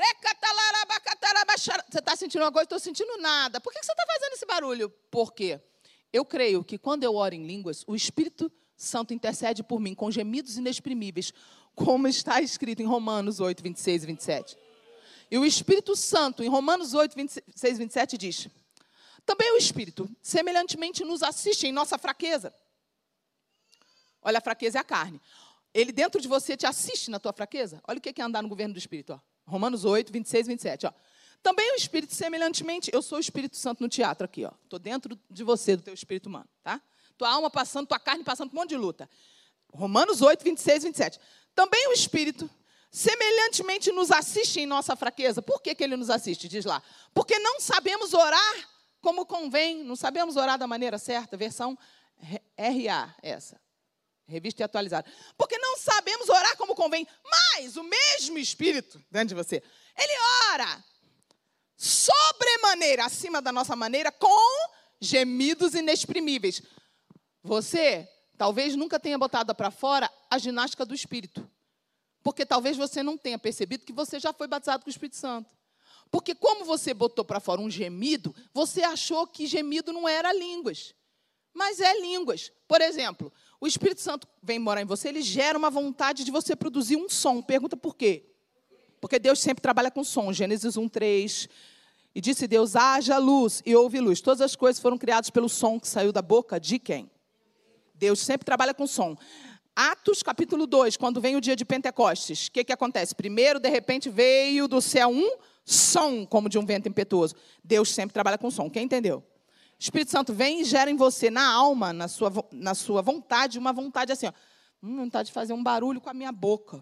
Você está sentindo uma coisa, estou sentindo nada. Por que você está fazendo esse barulho? Por quê? Eu creio que quando eu oro em línguas, o Espírito Santo intercede por mim com gemidos inexprimíveis, como está escrito em Romanos oito, vinte e seis e vinte e sete. E o Espírito Santo, em Romanos oito, vinte e seis e vinte e sete, diz: também o Espírito, semelhantemente, nos assiste em nossa fraqueza. Olha, a fraqueza é a carne. Ele dentro de você te assiste na tua fraqueza. Olha o que é andar no governo do Espírito. Ó. Romanos oito, vinte e seis e vinte e sete. Ó. Também o Espírito, semelhantemente, eu sou o Espírito Santo no teatro aqui. Estou dentro de você, do teu espírito humano. Tá? Tua alma passando, tua carne passando por um monte de luta. Romanos oito, vinte e seis e vinte e sete. Também o Espírito, semelhantemente, nos assiste em nossa fraqueza. Por que, que ele nos assiste? Diz lá. Porque não sabemos orar como convém. Não sabemos orar da maneira certa. Versão R A, essa. Revista e atualizada. Porque não sabemos orar como convém. Mas o mesmo Espírito dentro de você, ele ora sobremaneira, acima da nossa maneira, com gemidos inexprimíveis. Você talvez nunca tenha botado para fora a ginástica do Espírito. Porque talvez você não tenha percebido que você já foi batizado com o Espírito Santo. Porque como você botou para fora um gemido, você achou que gemido não era línguas. Mas é línguas. Por exemplo, o Espírito Santo vem morar em você, ele gera uma vontade de você produzir um som. Pergunta por quê? Porque Deus sempre trabalha com som. Gênesis um, três. E disse Deus, haja luz, e houve luz. Todas as coisas foram criadas pelo som que saiu da boca de quem? Deus sempre trabalha com som. Atos, capítulo dois, quando vem o dia de Pentecostes, o que, que acontece? Primeiro, de repente, veio do céu um som, como de um vento impetuoso. Deus sempre trabalha com som. Quem entendeu? O Espírito Santo vem e gera em você, na alma, na sua, na sua vontade, uma vontade assim, ó, hum, vontade de fazer um barulho com a minha boca.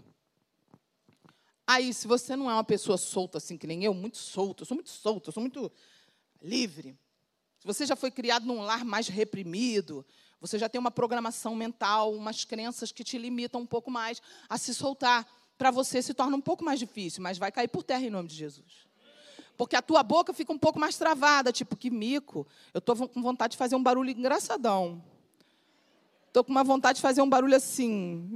Aí, se você não é uma pessoa solta, assim que nem eu, muito solta, eu sou muito solta, eu sou muito livre. Se você já foi criado num lar mais reprimido, Você já tem uma programação mental, umas crenças que te limitam um pouco mais a se soltar. Para você se torna um pouco mais difícil, mas vai cair por terra em nome de Jesus. Porque a tua boca fica um pouco mais travada, tipo, que mico. Eu estou com vontade de fazer um barulho engraçadão. Estou com uma vontade de fazer um barulho assim.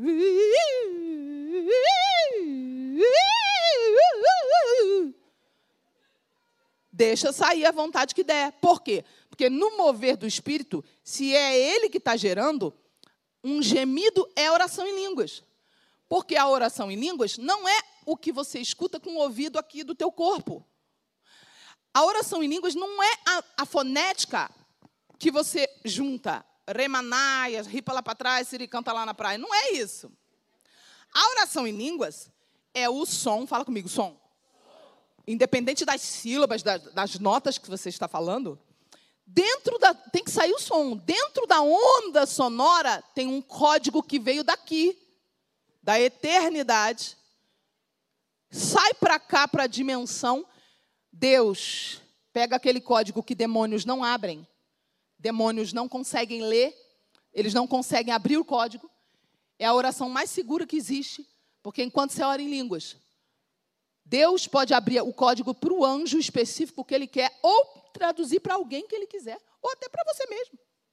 Deixa sair a vontade que der. Por quê? Porque no mover do Espírito, se é Ele que está gerando, um gemido é oração em línguas. Porque a oração em línguas não é o que você escuta com o ouvido aqui do teu corpo. A oração em línguas não é a, a fonética que você junta. Remanaias, ripa lá para trás, siri canta lá na praia. Não é isso. A oração em línguas é o som, fala comigo, som. Independente das sílabas, das, das notas que você está falando, dentro da, tem que sair o som. Dentro da onda sonora tem um código que veio daqui, da eternidade. Sai para cá, para a dimensão. Deus pega aquele código que demônios não abrem. Demônios não conseguem ler. Eles não conseguem abrir o código. É a oração mais segura que existe. Porque enquanto você ora em línguas, Deus pode abrir o código para o anjo específico que Ele quer, ou traduzir para alguém que Ele quiser, ou até para você mesmo.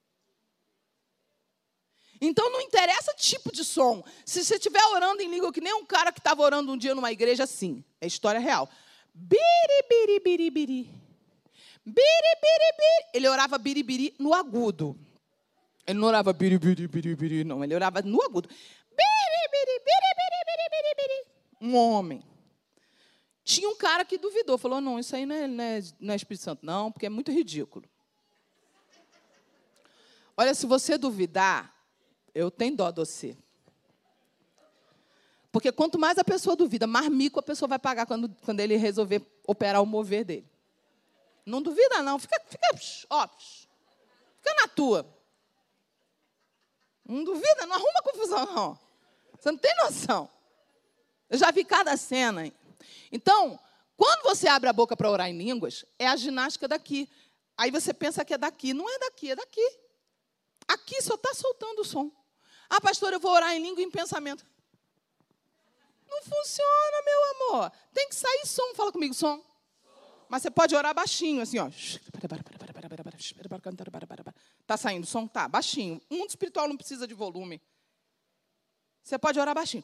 Então, não interessa o tipo de som. Se você estiver orando em língua, que nem um cara que estava orando um dia numa igreja assim, é história real. Biri, biri, biri, biri. Biri, biri, biri. Ele orava biribiri no agudo. Ele não orava biribiri, biribiri, não. Ele orava no agudo. Biribiri, biribiri, biribiri, biri. Um homem. Tinha um cara que duvidou, falou, não, isso aí não é, não é, não é Espírito Santo, não, porque é muito ridículo. Olha, se você duvidar, eu tenho dó de você. Porque quanto mais a pessoa duvida, mais mico a pessoa vai pagar quando, quando ele resolver operar o mover dele. Não duvida, não. Fica, fica, ó, fica na tua. Não duvida, não arruma confusão, não. Você não tem noção. Eu já vi cada cena. Então, quando você abre a boca para orar em línguas, é a ginástica daqui. Aí você pensa que é daqui. Não é daqui, é daqui. Aqui só está soltando o som. Ah, pastor, eu vou orar em língua e em pensamento. Não funciona, meu amor. Tem que sair som. Fala comigo, som. Mas você pode orar baixinho, assim, ó. Está saindo som? Tá, baixinho. O mundo espiritual não precisa de volume. Você pode orar baixinho.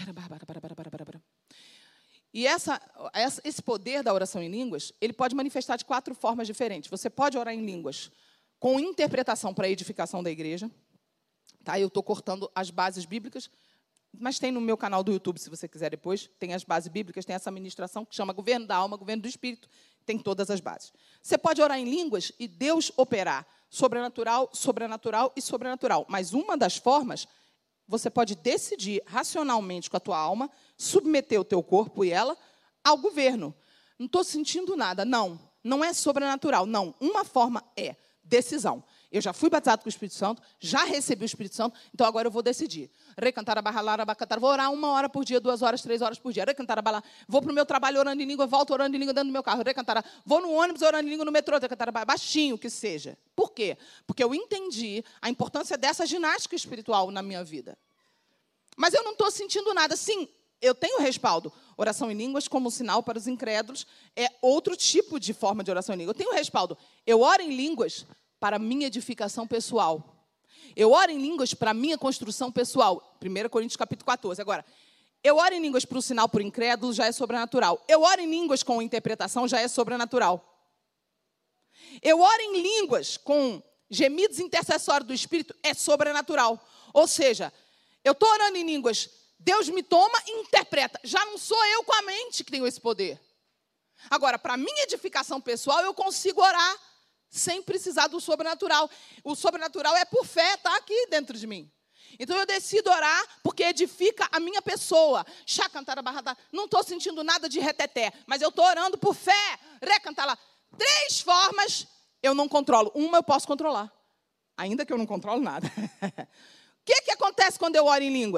E essa, essa, esse poder da oração em línguas, ele pode manifestar de quatro formas diferentes. Você pode orar em línguas com interpretação para a edificação da igreja. Tá? Eu estou cortando as bases bíblicas, mas tem no meu canal do YouTube, se você quiser depois, tem as bases bíblicas, tem essa ministração que chama Governo da Alma, Governo do Espírito, tem todas as bases. Você pode orar em línguas e Deus operar sobrenatural, sobrenatural e sobrenatural. Mas uma das formas, você pode decidir racionalmente com a tua alma, submeter o teu corpo e ela ao governo. Não estou sentindo nada. Não, não é sobrenatural. Não, uma forma é decisão. Eu já fui batizado com o Espírito Santo, já recebi o Espírito Santo, então agora eu vou decidir. Recantar a barra, abacatar. Vou orar uma hora por dia, duas horas, três horas por dia. Recantar a barra. Vou para o meu trabalho orando em língua, volto orando em língua dentro do meu carro. Recantar. Vou no ônibus orando em língua no metrô. Recantar a barra. Baixinho que seja. Por quê? Porque eu entendi a importância dessa ginástica espiritual na minha vida. Mas eu não estou sentindo nada. Sim, eu tenho respaldo. Oração em línguas como sinal para os incrédulos é outro tipo de forma de oração em língua. Eu tenho respaldo. Eu oro em línguas para minha edificação pessoal. Eu oro em línguas para minha construção pessoal. primeira Coríntios capítulo quatorze. Agora, eu oro em línguas para o sinal por incrédulo, já é sobrenatural. Eu oro em línguas com interpretação, já é sobrenatural. Eu oro em línguas com gemidos intercessórios do Espírito, é sobrenatural. Ou seja, eu estou orando em línguas, Deus me toma e interpreta. Já não sou eu com a mente que tenho esse poder. Agora, para minha edificação pessoal, eu consigo orar sem precisar do sobrenatural. O sobrenatural é por fé, está aqui dentro de mim. Então eu decido orar porque edifica a minha pessoa. Não estou sentindo nada de reteté, mas eu estou orando por fé. Recantar lá. Três formas eu não controlo. Uma eu posso controlar, ainda que eu não controlo nada. O que, que acontece quando eu oro em línguas?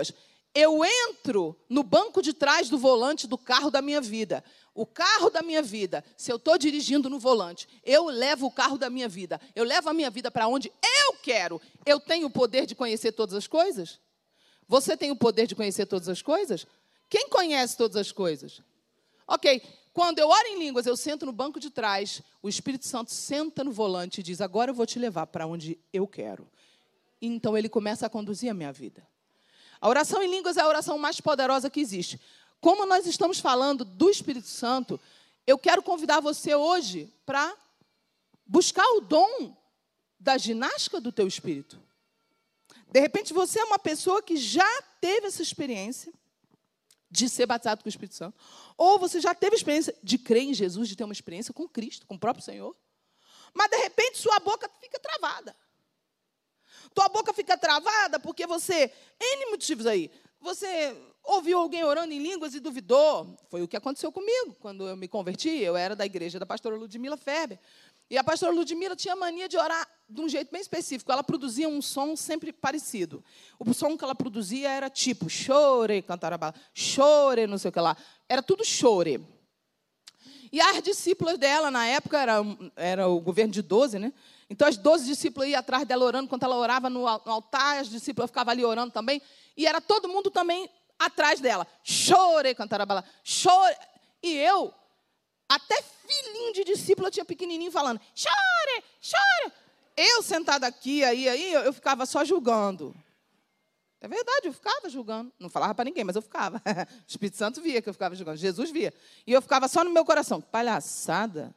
eu entro no banco de trás do volante do carro da minha vida. O carro da minha vida, se eu estou dirigindo no volante, eu levo o carro da minha vida. Eu levo a minha vida para onde eu quero. Eu tenho o poder de conhecer todas as coisas? Você tem o poder de conhecer todas as coisas? Quem conhece todas as coisas? Ok, quando eu oro em línguas, eu sento no banco de trás, o Espírito Santo senta no volante e diz, agora eu vou te levar para onde eu quero. Então, ele começa a conduzir a minha vida. A oração em línguas é a oração mais poderosa que existe. Como nós estamos falando do Espírito Santo, eu quero convidar você hoje para buscar o dom da ginástica do teu espírito. De repente, você é uma pessoa que já teve essa experiência de ser batizado com o Espírito Santo, ou você já teve a experiência de crer em Jesus, de ter uma experiência com Cristo, com o próprio Senhor, mas, de repente, sua boca fica travada. Tua boca fica travada porque você, N motivos aí, você ouviu alguém orando em línguas e duvidou. Foi o que aconteceu comigo quando eu me converti. Eu era da igreja da pastora Ludmila Ferber. E a pastora Ludmila tinha mania de orar de um jeito bem específico. Ela produzia um som sempre parecido. O som que ela produzia era tipo chore, cantarabá, chore, não sei o que lá. Era tudo chore. E as discípulas dela, na época, era, era o governo de doze, né? Então, as doze discípulas iam atrás dela orando. Quando ela orava no altar, as discípulas ficavam ali orando também. E era todo mundo também atrás dela. Chore, cantarabá, chore. E eu, até filhinho de discípula, tinha pequenininho falando, chore, chore. Eu, sentada aqui, aí, aí, eu ficava só julgando. É verdade, eu ficava julgando. Não falava para ninguém, mas eu ficava. O Espírito Santo via que eu ficava julgando. Jesus via. E eu ficava só no meu coração. Palhaçada.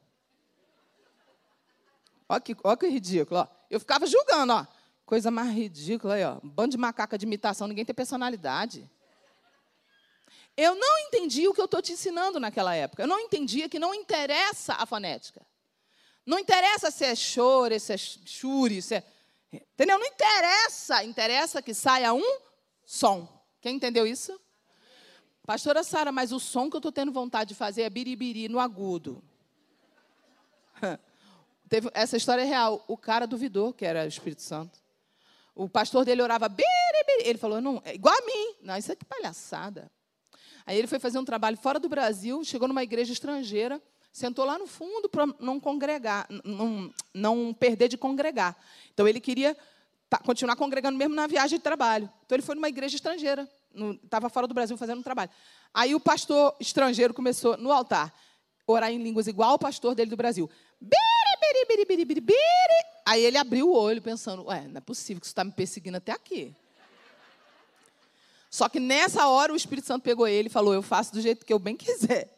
Olha que, olha que ridículo. Ó. Eu ficava julgando. Ó. Coisa mais ridícula aí. Ó. Um bando de macaca de imitação. Ninguém tem personalidade. Eu não entendi o que eu estou te ensinando naquela época. Eu não entendia que não interessa a fonética. Não interessa se é chore, se é chure, se é... Entendeu? Não interessa. Interessa que saia um som. Quem entendeu isso? Pastora Sara, mas o som que eu estou tendo vontade de fazer é biribiri no agudo. Teve, essa história é real. O cara duvidou que era o Espírito Santo. O pastor dele orava biribiri. Ele falou, não, é igual a mim. Não, isso é que palhaçada. Aí ele foi fazer um trabalho fora do Brasil, chegou numa igreja estrangeira, sentou lá no fundo para não congregar, não, não perder de congregar. Então, ele queria tá, continuar congregando mesmo na viagem de trabalho. Então, ele foi numa igreja estrangeira, estava fora do Brasil fazendo um trabalho. Aí, o pastor estrangeiro começou, no altar, orar em línguas igual o pastor dele do Brasil. Biri, biri, biri, biri, biri. Aí, ele abriu o olho, pensando, ué, não é possível que isso está me perseguindo até aqui. Só que, nessa hora, o Espírito Santo pegou ele e falou, eu faço do jeito que eu bem quiser.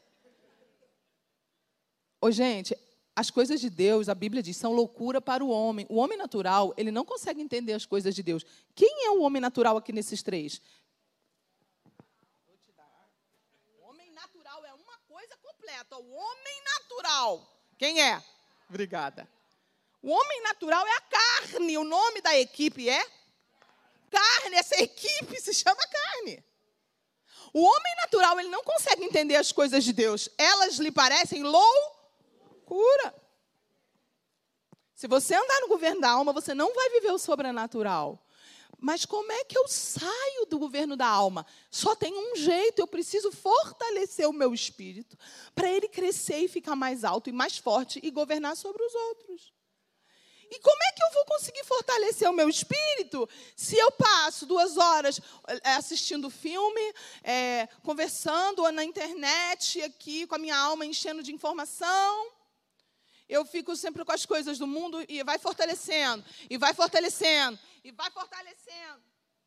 Ô, gente, as coisas de Deus, a Bíblia diz, são loucura para o homem. O homem natural, ele não consegue entender as coisas de Deus. Quem é o homem natural aqui nesses três? Vou te dar. O homem natural é uma coisa completa. O homem natural. Quem é? Obrigada. O homem natural é a carne. O nome da equipe é carne. Essa equipe se chama carne. O homem natural, ele não consegue entender as coisas de Deus. Elas lhe parecem loucura. Cura. Se você andar no governo da alma, você não vai viver o sobrenatural. Mas como é que eu saio do governo da alma? Só tem um jeito, eu preciso fortalecer o meu espírito para ele crescer e ficar mais alto e mais forte e governar sobre os outros. E como é que eu vou conseguir fortalecer o meu espírito se eu passo duas horas assistindo filme, é, conversando ou na internet, aqui com a minha alma enchendo de informação? Eu fico sempre com as coisas do mundo e vai fortalecendo, e vai fortalecendo, e vai fortalecendo.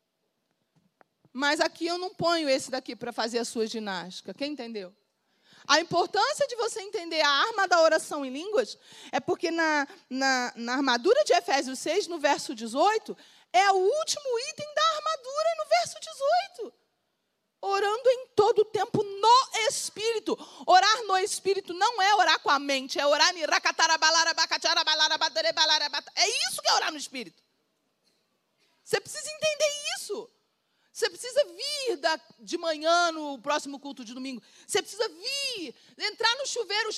Mas aqui eu não ponho esse daqui para fazer a sua ginástica. Quem entendeu? A importância de você entender a arma da oração em línguas é porque na, na, na armadura de Efésios seis, no verso dezoito, é o último item da armadura no verso dezoito. Orando em todo o tempo no Espírito. Orar no Espírito não é orar com a mente, é orar em é isso que é orar no Espírito. Você precisa entender isso. Você precisa vir da, de manhã no próximo culto de domingo. Você precisa vir, entrar no chuveiro,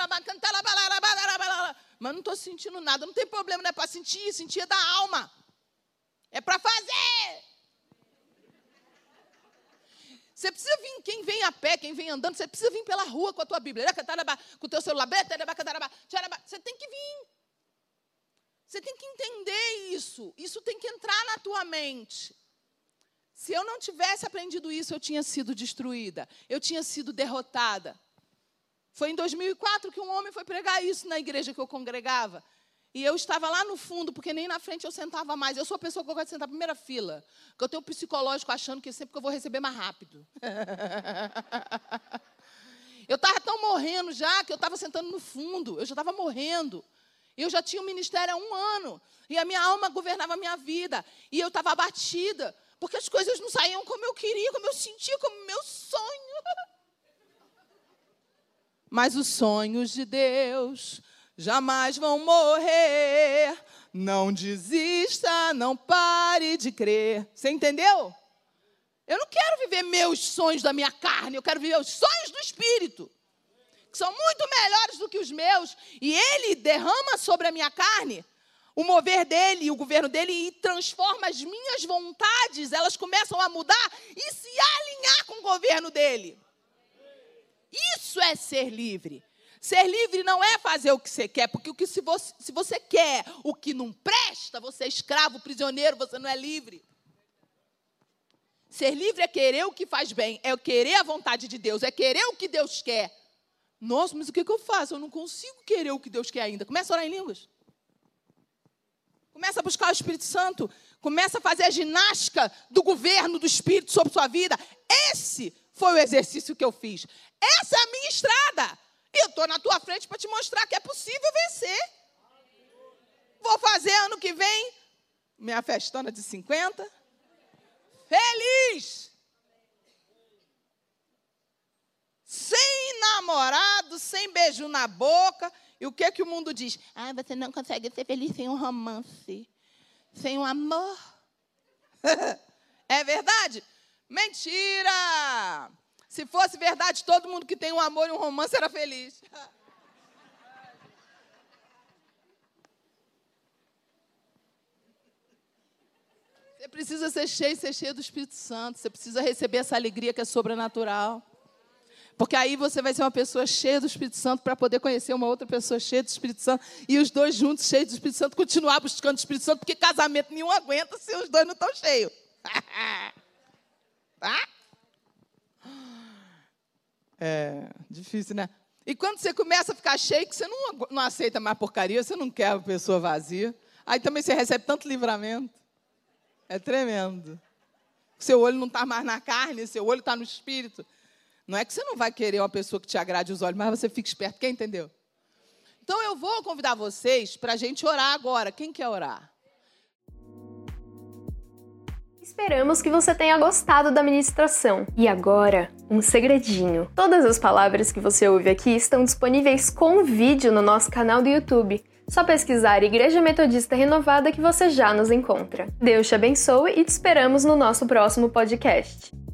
mas não estou sentindo nada. Não tem problema, não é para sentir, sentir é da alma. É para fazer. Você precisa vir, quem vem a pé, quem vem andando, você precisa vir pela rua com a tua Bíblia, com o teu celular. Você tem que vir. Você tem que entender isso. Isso tem que entrar na tua mente. Se eu não tivesse aprendido isso, eu tinha sido destruída. Eu tinha sido derrotada. Foi em dois mil e quatro que um homem foi pregar isso na igreja que eu congregava. E eu estava lá no fundo, porque nem na frente eu sentava mais. Eu sou a pessoa que eu gosto de sentar na primeira fila. Porque eu tenho um psicológico achando que sempre que eu vou receber mais rápido. Eu estava tão morrendo já, que eu estava sentando no fundo. Eu já estava morrendo. Eu já tinha um ministério há um ano. E a minha alma governava a minha vida. E eu estava abatida. Porque as coisas não saíam como eu queria, como eu sentia, como meu sonho. Mas os sonhos de Deus jamais vão morrer. Não desista, não pare de crer. Você entendeu? Eu não quero viver meus sonhos da minha carne. Eu quero viver os sonhos do Espírito. Que são muito melhores do que os meus. E Ele derrama sobre a minha carne o mover dele, o governo dele, e transforma as minhas vontades. Elas começam a mudar e se alinhar com o governo dele. Isso é ser livre. Ser livre não é fazer o que você quer, porque o que se, você, se você quer o que não presta, você é escravo, prisioneiro, você não é livre. Ser livre é querer o que faz bem, é querer a vontade de Deus, é querer o que Deus quer. Nossa, mas o que, que eu faço? Eu não consigo querer o que Deus quer ainda. Começa a orar em línguas. Começa a buscar o Espírito Santo. Começa a fazer a ginástica do governo do Espírito sobre sua vida. Esse foi o exercício que eu fiz. Essa é a minha estrada. E eu estou na tua frente para te mostrar que é possível vencer. Vou fazer ano que vem minha festona de cinquenta. Feliz. Sem namorado, sem beijo na boca. E o que, que o mundo diz? Ah, você não consegue ser feliz sem um romance, sem um amor. É verdade? Mentira! Se fosse verdade, todo mundo que tem um amor e um romance era feliz. Você precisa ser cheio, ser cheio do Espírito Santo. Você precisa receber essa alegria que é sobrenatural. Porque aí você vai ser uma pessoa cheia do Espírito Santo para poder conhecer uma outra pessoa cheia do Espírito Santo. E os dois juntos, cheios do Espírito Santo, continuar buscando o Espírito Santo, porque casamento nenhum aguenta se os dois não estão cheios. Tá? É difícil, né? E quando você começa a ficar cheio, que você não, não aceita mais porcaria, você não quer a pessoa vazia. Aí também você recebe tanto livramento. É tremendo. Seu olho não está mais na carne, seu olho está no Espírito. Não é que você não vai querer uma pessoa que te agrade os olhos, mas você fica esperto. Quem entendeu? Então, eu vou convidar vocês para a gente orar agora. Quem quer orar? Esperamos que você tenha gostado da ministração. E agora, um segredinho. Todas as palavras que você ouve aqui estão disponíveis com vídeo no nosso canal do YouTube. Só pesquisar Igreja Metodista Renovada que você já nos encontra. Deus te abençoe e te esperamos no nosso próximo podcast.